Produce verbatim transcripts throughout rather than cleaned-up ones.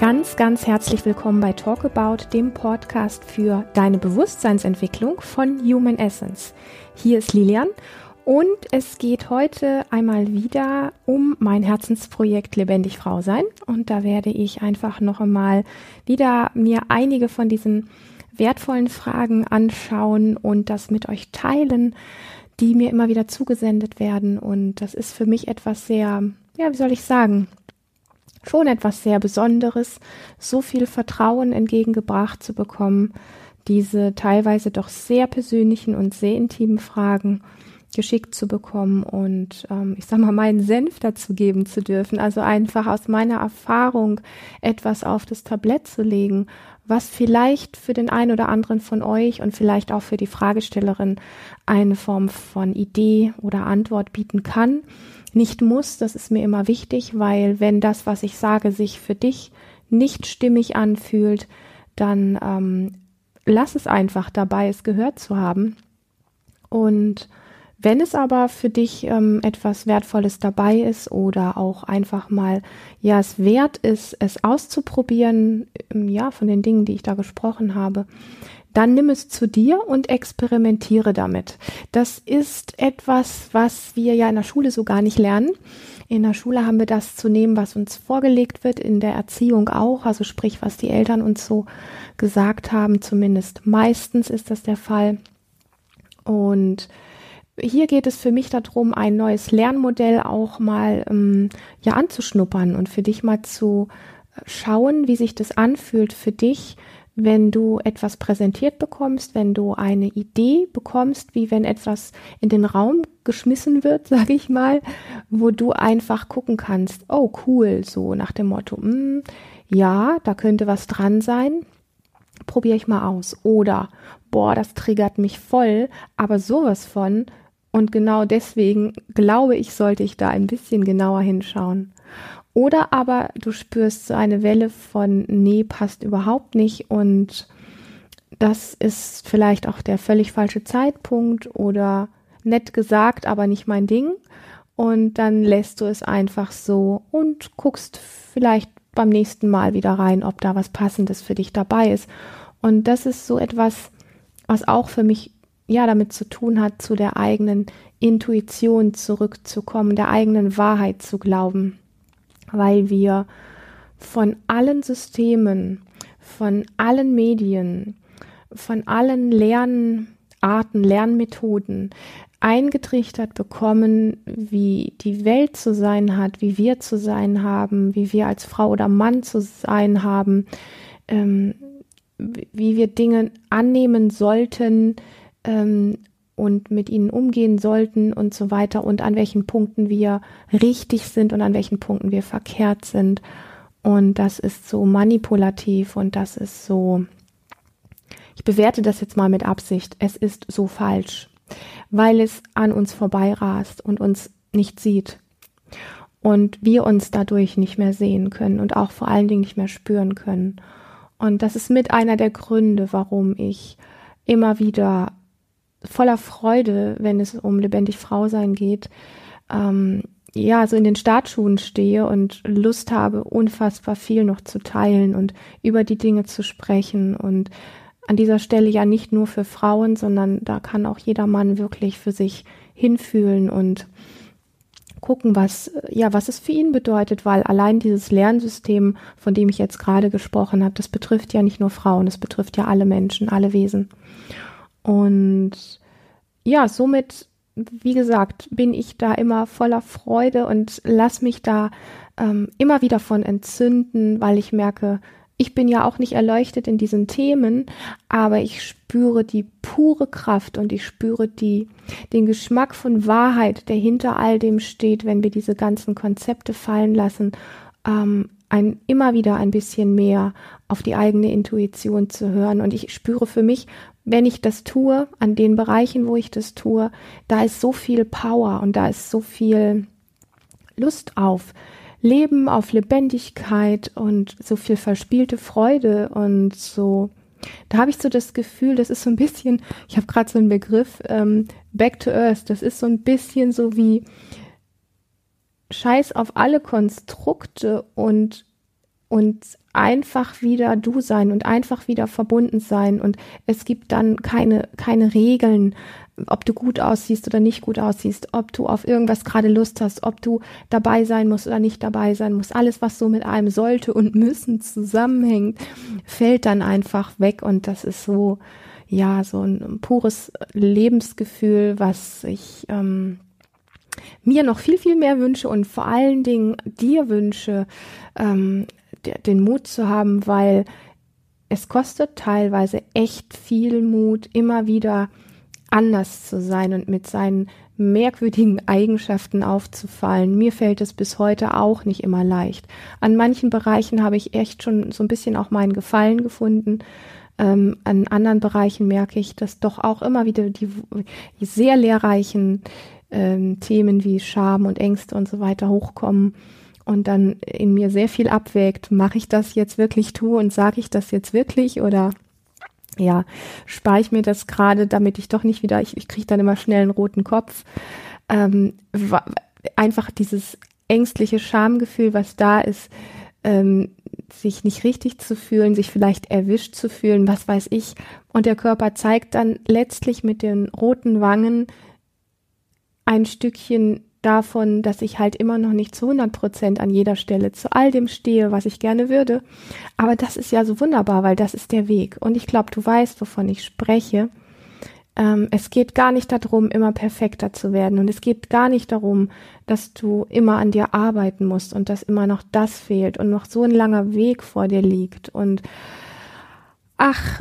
Ganz, ganz herzlich willkommen bei Talk About, dem Podcast für deine Bewusstseinsentwicklung von Human Essence. Hier ist Lilian und es geht heute einmal wieder um mein Herzensprojekt Lebendig Frau sein. Und da werde ich einfach noch einmal wieder mir einige von diesen wertvollen Fragen anschauen und das mit euch teilen, die mir immer wieder zugesendet werden. Und das ist für mich etwas sehr, ja, wie soll ich sagen, schon etwas sehr Besonderes, so viel Vertrauen entgegengebracht zu bekommen, diese teilweise doch sehr persönlichen und sehr intimen Fragen geschickt zu bekommen und ähm, ich sag mal, meinen Senf dazu geben zu dürfen, also einfach aus meiner Erfahrung etwas auf das Tablett zu legen, was vielleicht für den einen oder anderen von euch und vielleicht auch für die Fragestellerin eine Form von Idee oder Antwort bieten kann. Nicht muss, das ist mir immer wichtig, weil wenn das, was ich sage, sich für dich nicht stimmig anfühlt, dann ähm, lass es einfach dabei, es gehört zu haben. Und wenn es aber für dich ähm, etwas Wertvolles dabei ist oder auch einfach mal, ja, es wert ist, es auszuprobieren, ähm, ja, von den Dingen, die ich da gesprochen habe, dann nimm es zu dir und experimentiere damit. Das ist etwas, was wir ja in der Schule so gar nicht lernen. In der Schule haben wir das zu nehmen, was uns vorgelegt wird, in der Erziehung auch, also sprich, was die Eltern uns so gesagt haben, zumindest meistens ist das der Fall. Und hier geht es für mich darum, ein neues Lernmodell auch mal ähm, ja anzuschnuppern und für dich mal zu schauen, wie sich das anfühlt für dich, wenn du etwas präsentiert bekommst, wenn du eine Idee bekommst, wie wenn etwas in den Raum geschmissen wird, sage ich mal, wo du einfach gucken kannst, oh cool, so nach dem Motto, mh, ja, da könnte was dran sein, probiere ich mal aus. Oder, boah, das triggert mich voll, aber sowas von, und genau deswegen glaube ich, sollte ich da ein bisschen genauer hinschauen. Oder aber du spürst so eine Welle von, nee, passt überhaupt nicht und das ist vielleicht auch der völlig falsche Zeitpunkt oder nett gesagt, aber nicht mein Ding. Und dann lässt du es einfach so und guckst vielleicht beim nächsten Mal wieder rein, ob da was Passendes für dich dabei ist. Und das ist so etwas, was auch für mich ja damit zu tun hat, zu der eigenen Intuition zurückzukommen, der eigenen Wahrheit zu glauben. Weil wir von allen Systemen, von allen Medien, von allen Lernarten, Lernmethoden eingetrichtert bekommen, wie die Welt zu sein hat, wie wir zu sein haben, wie wir als Frau oder Mann zu sein haben, ähm, wie wir Dinge annehmen sollten, ähm, und mit ihnen umgehen sollten und so weiter und an welchen Punkten wir richtig sind und an welchen Punkten wir verkehrt sind. Und das ist so manipulativ und das ist so, ich bewerte das jetzt mal mit Absicht, es ist so falsch, weil es an uns vorbeirast und uns nicht sieht und wir uns dadurch nicht mehr sehen können und auch vor allen Dingen nicht mehr spüren können. Und das ist mit einer der Gründe, warum ich immer wieder voller Freude, wenn es um lebendig Frau sein geht, ähm, ja, so in den Startschuhen stehe und Lust habe, unfassbar viel noch zu teilen und über die Dinge zu sprechen und an dieser Stelle ja nicht nur für Frauen, sondern da kann auch jeder Mann wirklich für sich hinfühlen und gucken, was, ja, was es für ihn bedeutet, weil allein dieses Lernsystem, von dem ich jetzt gerade gesprochen habe, das betrifft ja nicht nur Frauen, das betrifft ja alle Menschen, alle Wesen. Und ja, somit, wie gesagt, bin ich da immer voller Freude und lass mich da ähm, immer wieder von entzünden, weil ich merke, ich bin ja auch nicht erleuchtet in diesen Themen, aber ich spüre die pure Kraft und ich spüre die, den Geschmack von Wahrheit, der hinter all dem steht, wenn wir diese ganzen Konzepte fallen lassen, ähm, ein, immer wieder ein bisschen mehr auf die eigene Intuition zu hören. Und ich spüre für mich, wenn ich das tue, an den Bereichen, wo ich das tue, da ist so viel Power und da ist so viel Lust auf Leben, auf Lebendigkeit und so viel verspielte Freude und so. Da habe ich so das Gefühl, das ist so ein bisschen, ich habe gerade so einen Begriff, ähm, Back to Earth, das ist so ein bisschen so wie Scheiß auf alle Konstrukte und und einfach wieder du sein und einfach wieder verbunden sein. Und es gibt dann keine, keine Regeln, ob du gut aussiehst oder nicht gut aussiehst, ob du auf irgendwas gerade Lust hast, ob du dabei sein musst oder nicht dabei sein musst. Alles, was so mit einem sollte und müssen zusammenhängt, fällt dann einfach weg. Und das ist so, ja, so ein pures Lebensgefühl, was ich ähm, mir noch viel, viel mehr wünsche und vor allen Dingen dir wünsche, ähm, den Mut zu haben, weil es kostet teilweise echt viel Mut, immer wieder anders zu sein und mit seinen merkwürdigen Eigenschaften aufzufallen. Mir fällt es bis heute auch nicht immer leicht. An manchen Bereichen habe ich echt schon so ein bisschen auch meinen Gefallen gefunden. Ähm, an anderen Bereichen merke ich, dass doch auch immer wieder die, die sehr lehrreichen ähm, Themen wie Scham und Ängste und so weiter hochkommen und dann in mir sehr viel abwägt. Mache ich das jetzt wirklich tue und sage ich das jetzt wirklich oder ja, spare ich mir das gerade, damit ich doch nicht wieder, ich, ich kriege dann immer schnell einen roten Kopf. Ähm, wa- einfach dieses ängstliche Schamgefühl, was da ist, ähm, sich nicht richtig zu fühlen, sich vielleicht erwischt zu fühlen, was weiß ich. Und der Körper zeigt dann letztlich mit den roten Wangen ein Stückchen davon, dass ich halt immer noch nicht zu hundert Prozent an jeder Stelle zu all dem stehe, was ich gerne würde. Aber das ist ja so wunderbar, weil das ist der Weg. Und ich glaube, du weißt, wovon ich spreche. Ähm, es geht gar nicht darum, immer perfekter zu werden. Und es geht gar nicht darum, dass du immer an dir arbeiten musst und dass immer noch das fehlt und noch so ein langer Weg vor dir liegt. Und ach,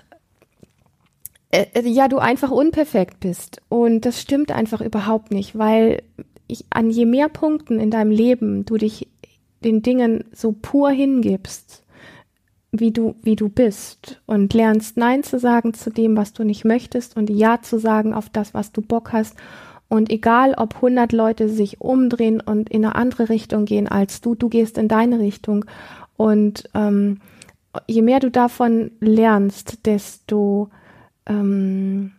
äh, ja, du einfach unperfekt bist. Und das stimmt einfach überhaupt nicht, weil ich, an je mehr Punkten in deinem Leben du dich den Dingen so pur hingibst, wie du, wie du bist und lernst Nein zu sagen zu dem, was du nicht möchtest und Ja zu sagen auf das, was du Bock hast. Und egal, ob hundert Leute sich umdrehen und in eine andere Richtung gehen als du, du gehst in deine Richtung. Und ähm, je mehr du davon lernst, desto ähm,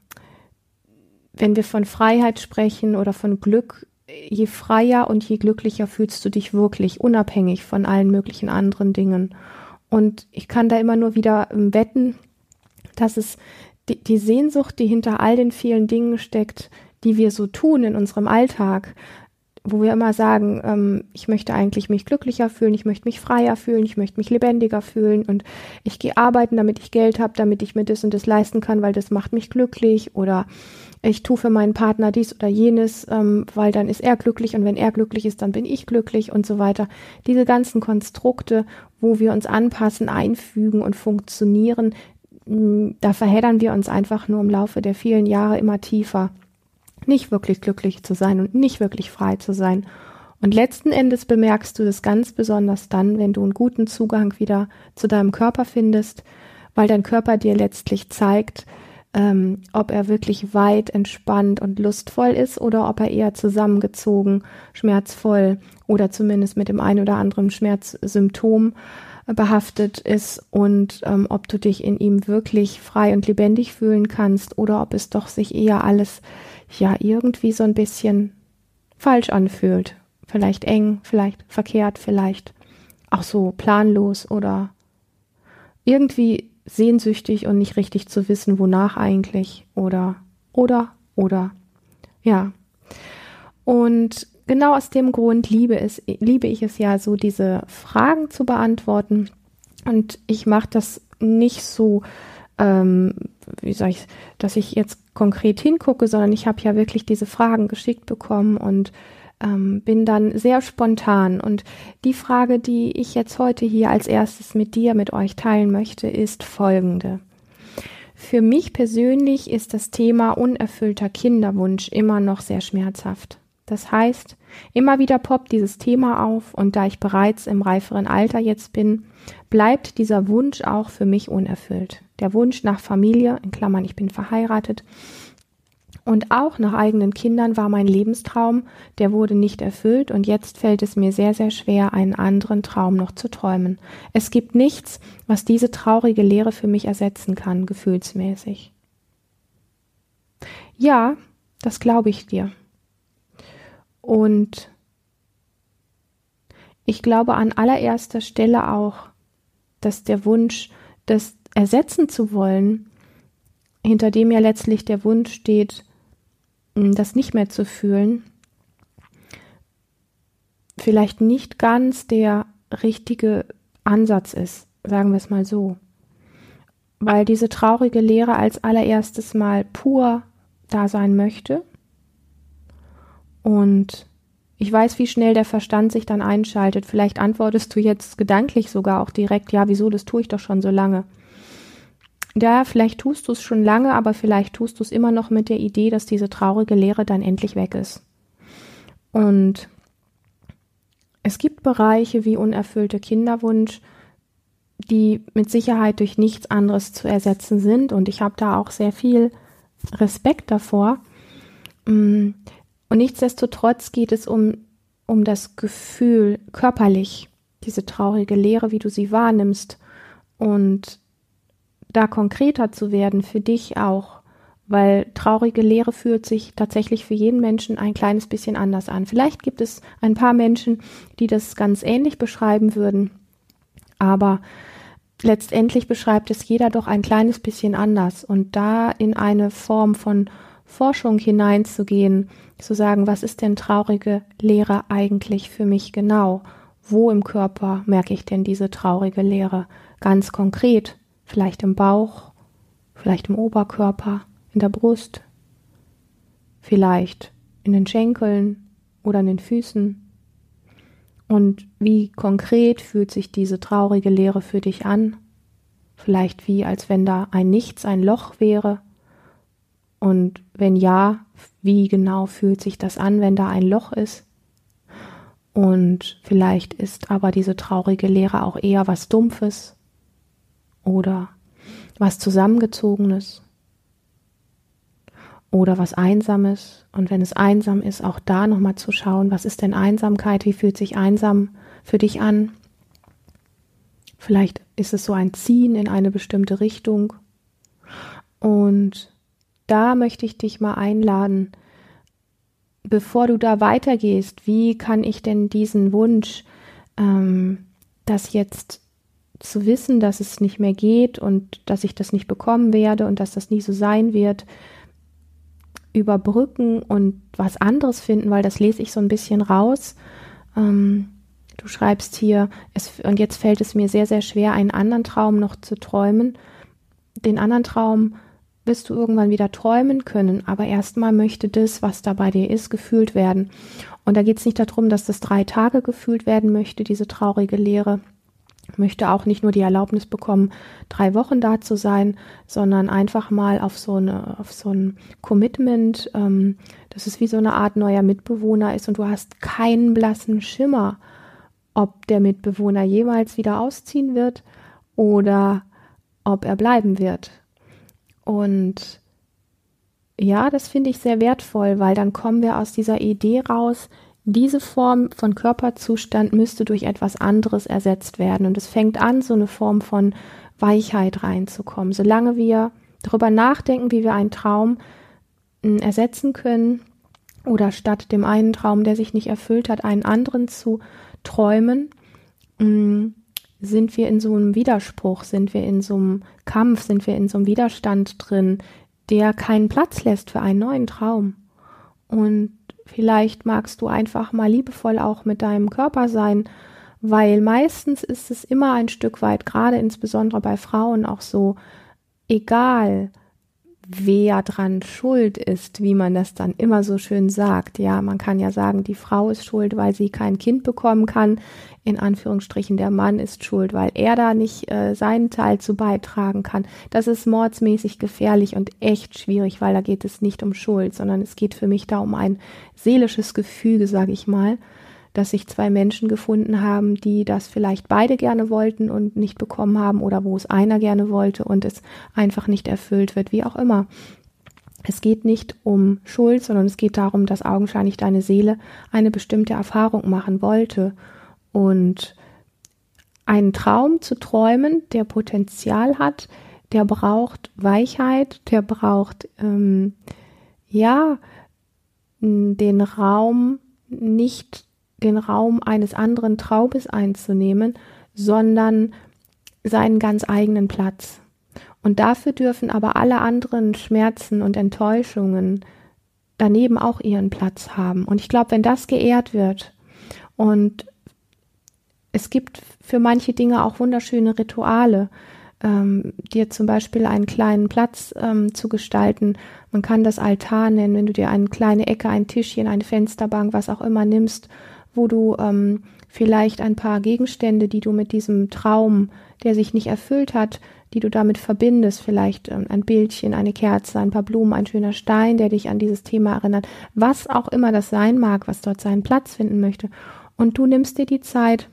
wenn wir von Freiheit sprechen oder von Glück, je freier und je glücklicher fühlst du dich wirklich, unabhängig von allen möglichen anderen Dingen. Und ich kann da immer nur wieder wetten, dass es die, die Sehnsucht, die hinter all den vielen Dingen steckt, die wir so tun in unserem Alltag, wo wir immer sagen, ähm, ich möchte eigentlich mich glücklicher fühlen, ich möchte mich freier fühlen, ich möchte mich lebendiger fühlen und ich gehe arbeiten, damit ich Geld habe, damit ich mir das und das leisten kann, weil das macht mich glücklich oder ich tue für meinen Partner dies oder jenes, ähm, weil dann ist er glücklich und wenn er glücklich ist, dann bin ich glücklich und so weiter. Diese ganzen Konstrukte, wo wir uns anpassen, einfügen und funktionieren, mh, da verheddern wir uns einfach nur im Laufe der vielen Jahre immer tiefer. Nicht wirklich glücklich zu sein und nicht wirklich frei zu sein. Und letzten Endes bemerkst du das ganz besonders dann, wenn du einen guten Zugang wieder zu deinem Körper findest, weil dein Körper dir letztlich zeigt, ähm, ob er wirklich weit, entspannt und lustvoll ist oder ob er eher zusammengezogen, schmerzvoll oder zumindest mit dem einen oder anderen Schmerzsymptom behaftet ist und ähm, ob du dich in ihm wirklich frei und lebendig fühlen kannst oder ob es doch sich eher alles ja irgendwie so ein bisschen falsch anfühlt. Vielleicht eng, vielleicht verkehrt, vielleicht auch so planlos oder irgendwie sehnsüchtig und nicht richtig zu wissen, wonach eigentlich oder, oder, oder, ja. Und genau aus dem Grund liebe es, liebe ich es ja so, diese Fragen zu beantworten. Und ich mache das nicht so, ähm, wie sag ich, dass ich jetzt konkret hingucke, sondern ich habe ja wirklich diese Fragen geschickt bekommen und ähm, bin dann sehr spontan. Und die Frage, die ich jetzt heute hier als erstes mit dir, mit euch teilen möchte, ist folgende. Für mich persönlich ist das Thema unerfüllter Kinderwunsch immer noch sehr schmerzhaft. Das heißt, immer wieder poppt dieses Thema auf und da ich bereits im reiferen Alter jetzt bin, bleibt dieser Wunsch auch für mich unerfüllt. Der Wunsch nach Familie, in Klammern, ich bin verheiratet, und auch nach eigenen Kindern war mein Lebenstraum, der wurde nicht erfüllt und jetzt fällt es mir sehr, sehr schwer, einen anderen Traum noch zu träumen. Es gibt nichts, was diese traurige Leere für mich ersetzen kann, gefühlsmäßig. Ja, das glaube ich dir. Und ich glaube an allererster Stelle auch, dass der Wunsch, das ersetzen zu wollen, hinter dem ja letztlich der Wunsch steht, das nicht mehr zu fühlen, vielleicht nicht ganz der richtige Ansatz ist, sagen wir es mal so. Weil diese traurige Leere als allererstes mal pur da sein möchte. Und ich weiß, wie schnell der Verstand sich dann einschaltet. Vielleicht antwortest du jetzt gedanklich sogar auch direkt, ja, wieso, das tue ich doch schon so lange. Ja, vielleicht tust du es schon lange, aber vielleicht tust du es immer noch mit der Idee, dass diese traurige Leere dann endlich weg ist. Und es gibt Bereiche wie unerfüllte Kinderwunsch, die mit Sicherheit durch nichts anderes zu ersetzen sind. Und ich habe da auch sehr viel Respekt davor. Und nichtsdestotrotz geht es um, um das Gefühl körperlich, diese traurige Leere, wie du sie wahrnimmst. Und da konkreter zu werden für dich auch, weil traurige Leere fühlt sich tatsächlich für jeden Menschen ein kleines bisschen anders an. Vielleicht gibt es ein paar Menschen, die das ganz ähnlich beschreiben würden, aber letztendlich beschreibt es jeder doch ein kleines bisschen anders. Und da in eine Form von Forschung hineinzugehen, zu sagen, was ist denn traurige Leere eigentlich für mich genau? Wo im Körper merke ich denn diese traurige Leere? Ganz konkret, vielleicht im Bauch, vielleicht im Oberkörper, in der Brust, vielleicht in den Schenkeln oder in den Füßen. Und wie konkret fühlt sich diese traurige Leere für dich an? Vielleicht wie, als wenn da ein Nichts, ein Loch wäre. Und wenn ja, wie genau fühlt sich das an, wenn da ein Loch ist? Und vielleicht ist aber diese traurige Leere auch eher was Dumpfes oder was Zusammengezogenes oder was Einsames. Und wenn es einsam ist, auch da nochmal zu schauen, was ist denn Einsamkeit, wie fühlt sich einsam für dich an? Vielleicht ist es so ein Ziehen in eine bestimmte Richtung. Und da möchte ich dich mal einladen, bevor du da weitergehst, wie kann ich denn diesen Wunsch, ähm, das jetzt zu wissen, dass es nicht mehr geht und dass ich das nicht bekommen werde und dass das nie so sein wird, überbrücken und was anderes finden, weil das lese ich so ein bisschen raus. Ähm, du schreibst hier, es, und jetzt fällt es mir sehr, sehr schwer, einen anderen Traum noch zu träumen. Den anderen Traum wirst du irgendwann wieder träumen können, aber erstmal möchte das, was da bei dir ist, gefühlt werden. Und da geht es nicht darum, dass das drei Tage gefühlt werden möchte, diese traurige Leere. Ich möchte auch nicht nur die Erlaubnis bekommen, drei Wochen da zu sein, sondern einfach mal auf so eine, auf so ein Commitment, ähm, dass es wie so eine Art neuer Mitbewohner ist und du hast keinen blassen Schimmer, ob der Mitbewohner jemals wieder ausziehen wird oder ob er bleiben wird. Und ja, das finde ich sehr wertvoll, weil dann kommen wir aus dieser Idee raus, diese Form von Körperzustand müsste durch etwas anderes ersetzt werden. Und es fängt an, so eine Form von Weichheit reinzukommen. Solange wir darüber nachdenken, wie wir einen Traum äh, ersetzen können oder statt dem einen Traum, der sich nicht erfüllt hat, einen anderen zu träumen, äh, sind wir in so einem Widerspruch, sind wir in so einem Kampf, sind wir in so einem Widerstand drin, der keinen Platz lässt für einen neuen Traum. Und vielleicht magst du einfach mal liebevoll auch mit deinem Körper sein, weil meistens ist es immer ein Stück weit, gerade insbesondere bei Frauen auch so, egal wer dran schuld ist, wie man das dann immer so schön sagt. Ja, man kann ja sagen, die Frau ist schuld, weil sie kein Kind bekommen kann. In Anführungsstrichen, der Mann ist schuld, weil er da nicht äh, seinen Teil zu beitragen kann. Das ist mordsmäßig gefährlich und echt schwierig, weil da geht es nicht um Schuld, sondern es geht für mich da um ein seelisches Gefüge, sage ich mal, dass sich zwei Menschen gefunden haben, die das vielleicht beide gerne wollten und nicht bekommen haben oder wo es einer gerne wollte und es einfach nicht erfüllt wird, wie auch immer. Es geht nicht um Schuld, sondern es geht darum, dass augenscheinlich deine Seele eine bestimmte Erfahrung machen wollte. Und einen Traum zu träumen, der Potenzial hat, der braucht Weichheit, der braucht ähm, ja den Raum, nicht den Raum eines anderen Traumes einzunehmen, sondern seinen ganz eigenen Platz. Und dafür dürfen aber alle anderen Schmerzen und Enttäuschungen daneben auch ihren Platz haben. Und ich glaube, wenn das geehrt wird und es gibt für manche Dinge auch wunderschöne Rituale, ähm, dir zum Beispiel einen kleinen Platz ähm, zu gestalten. Man kann das Altar nennen, wenn du dir eine kleine Ecke, ein Tischchen, eine Fensterbank, was auch immer nimmst, wo du ähm, vielleicht ein paar Gegenstände, die du mit diesem Traum, der sich nicht erfüllt hat, die du damit verbindest, vielleicht ähm, ein Bildchen, eine Kerze, ein paar Blumen, ein schöner Stein, der dich an dieses Thema erinnert, was auch immer das sein mag, was dort seinen Platz finden möchte. Und du nimmst dir die Zeit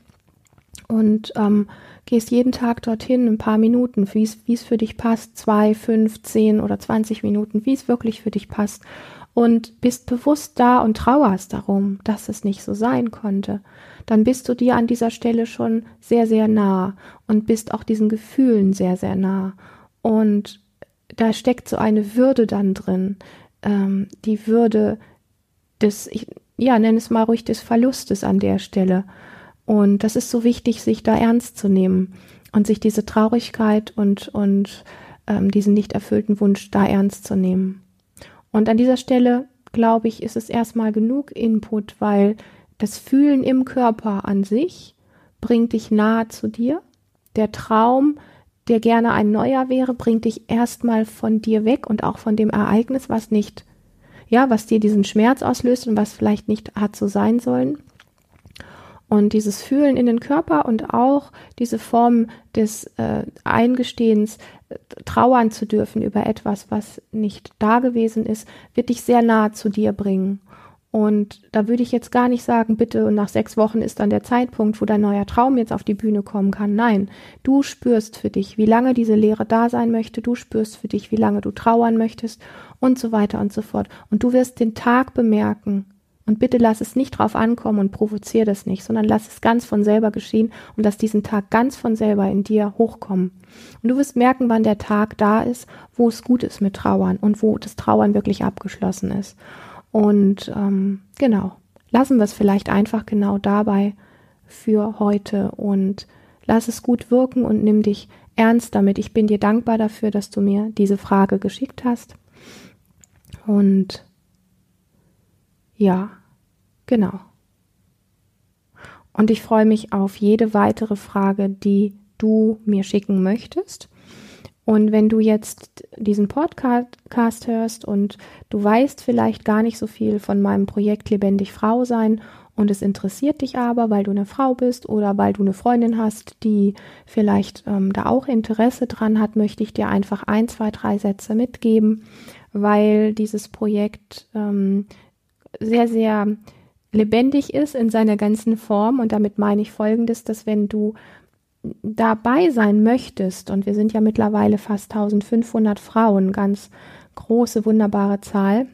und ähm, gehst jeden Tag dorthin, ein paar Minuten, wie es für dich passt, zwei, fünf, zehn oder zwanzig Minuten, wie es wirklich für dich passt. Und bist bewusst da und trauerst darum, dass es nicht so sein konnte. Dann bist du dir an dieser Stelle schon sehr, sehr nah und bist auch diesen Gefühlen sehr, sehr nah. Und da steckt so eine Würde dann drin, ähm, die Würde des, ich, ja, nenn es mal ruhig des Verlustes an der Stelle. Und das ist so wichtig, sich da ernst zu nehmen und sich diese Traurigkeit und, und ähm, diesen nicht erfüllten Wunsch da ernst zu nehmen. Und an dieser Stelle, glaube ich, ist es erstmal genug Input, weil das Fühlen im Körper an sich bringt dich nahe zu dir. Der Traum, der gerne ein neuer wäre, bringt dich erstmal von dir weg und auch von dem Ereignis, was nicht, ja, was dir diesen Schmerz auslöst und was vielleicht nicht hat so sein sollen. Und dieses Fühlen in den Körper und auch diese Form des äh, Eingestehens, äh, trauern zu dürfen über etwas, was nicht da gewesen ist, wird dich sehr nahe zu dir bringen. Und da würde ich jetzt gar nicht sagen, bitte, und nach sechs Wochen ist dann der Zeitpunkt, wo dein neuer Traum jetzt auf die Bühne kommen kann. Nein, du spürst für dich, wie lange diese Leere da sein möchte, du spürst für dich, wie lange du trauern möchtest und so weiter und so fort. Und du wirst den Tag bemerken. Und bitte lass es nicht drauf ankommen und provoziere das nicht, sondern lass es ganz von selber geschehen und lass diesen Tag ganz von selber in dir hochkommen. Und du wirst merken, wann der Tag da ist, wo es gut ist mit Trauern und wo das Trauern wirklich abgeschlossen ist. Und ähm, genau, lassen wir es vielleicht einfach genau dabei für heute und lass es gut wirken und nimm dich ernst damit. Ich bin dir dankbar dafür, dass du mir diese Frage geschickt hast. Und ja, genau. Und ich freue mich auf jede weitere Frage, die du mir schicken möchtest. Und wenn du jetzt diesen Podcast hörst und du weißt vielleicht gar nicht so viel von meinem Projekt Lebendig Frau sein und es interessiert dich aber, weil du eine Frau bist oder weil du eine Freundin hast, die vielleicht ähm, da auch Interesse dran hat, möchte ich dir einfach ein, zwei, drei Sätze mitgeben, weil dieses Projekt ähm, sehr, sehr lebendig ist in seiner ganzen Form. Und damit meine ich Folgendes, dass wenn du dabei sein möchtest, und wir sind ja mittlerweile fast eintausendfünfhundert Frauen, ganz große, wunderbare Zahl,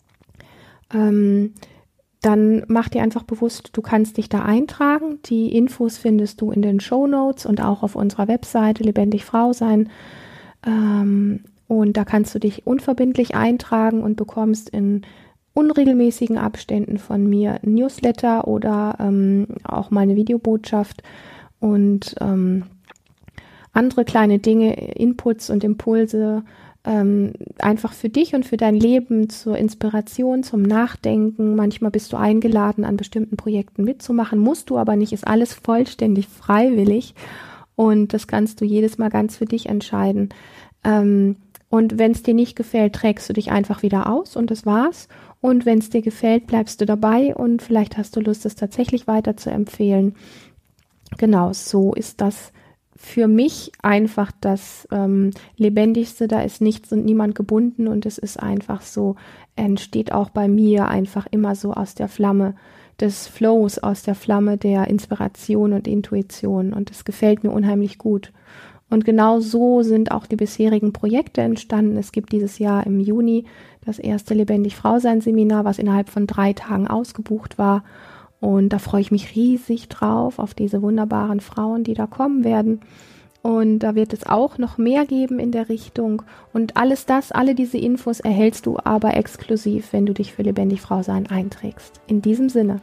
ähm, dann mach dir einfach bewusst, du kannst dich da eintragen. Die Infos findest du in den Shownotes und auch auf unserer Webseite Lebendig Frau sein. Ähm, und da kannst du dich unverbindlich eintragen und bekommst in unregelmäßigen Abständen von mir Newsletter oder ähm, auch mal eine Videobotschaft und ähm, andere kleine Dinge, Inputs und Impulse, ähm, einfach für dich und für dein Leben zur Inspiration, zum Nachdenken. Manchmal bist du eingeladen, an bestimmten Projekten mitzumachen, musst du aber nicht, ist alles vollständig freiwillig und das kannst du jedes Mal ganz für dich entscheiden. Ähm, und wenn es dir nicht gefällt, trägst du dich einfach wieder aus und das war's. Und wenn es dir gefällt, bleibst du dabei und vielleicht hast du Lust, es tatsächlich weiter zu empfehlen. Genau, so ist das für mich einfach das ähm, Lebendigste. Da ist nichts und niemand gebunden und es ist einfach so, entsteht auch bei mir einfach immer so aus der Flamme des Flows, aus der Flamme der Inspiration und Intuition und es gefällt mir unheimlich gut. Und genau so sind auch die bisherigen Projekte entstanden. Es gibt dieses Jahr im Juni das erste Lebendig Frau sein Seminar, was innerhalb von drei Tagen ausgebucht war. Und da freue ich mich riesig drauf, auf diese wunderbaren Frauen, die da kommen werden. Und da wird es auch noch mehr geben in der Richtung. Und alles das, alle diese Infos erhältst du aber exklusiv, wenn du dich für Lebendig Frau sein einträgst. In diesem Sinne.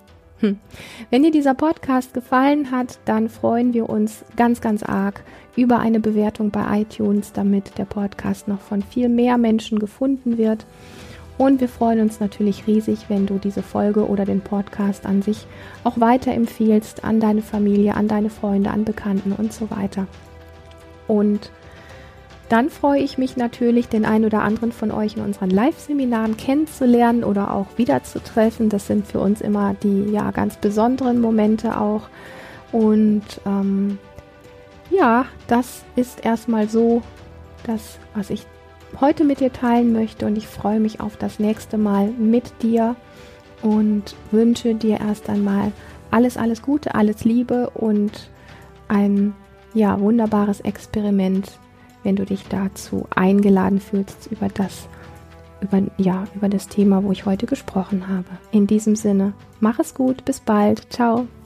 Hm. Wenn dir dieser Podcast gefallen hat, dann freuen wir uns ganz, ganz arg über eine Bewertung bei iTunes, damit der Podcast noch von viel mehr Menschen gefunden wird. Und wir freuen uns natürlich riesig, wenn du diese Folge oder den Podcast an sich auch weiterempfiehlst an deine Familie, an deine Freunde, an Bekannten und so weiter. Und dann freue ich mich natürlich, den einen oder anderen von euch in unseren Live-Seminaren kennenzulernen oder auch wiederzutreffen. Das sind für uns immer die ja ganz besonderen Momente auch. Und ähm, ja, das ist erstmal so das, was ich heute mit dir teilen möchte, und ich freue mich auf das nächste Mal mit dir und wünsche dir erst einmal alles, alles Gute, alles Liebe und ein ja, wunderbares Experiment, wenn du dich dazu eingeladen fühlst, über das, über, ja, über das Thema, wo ich heute gesprochen habe. In diesem Sinne, mach es gut, bis bald, ciao.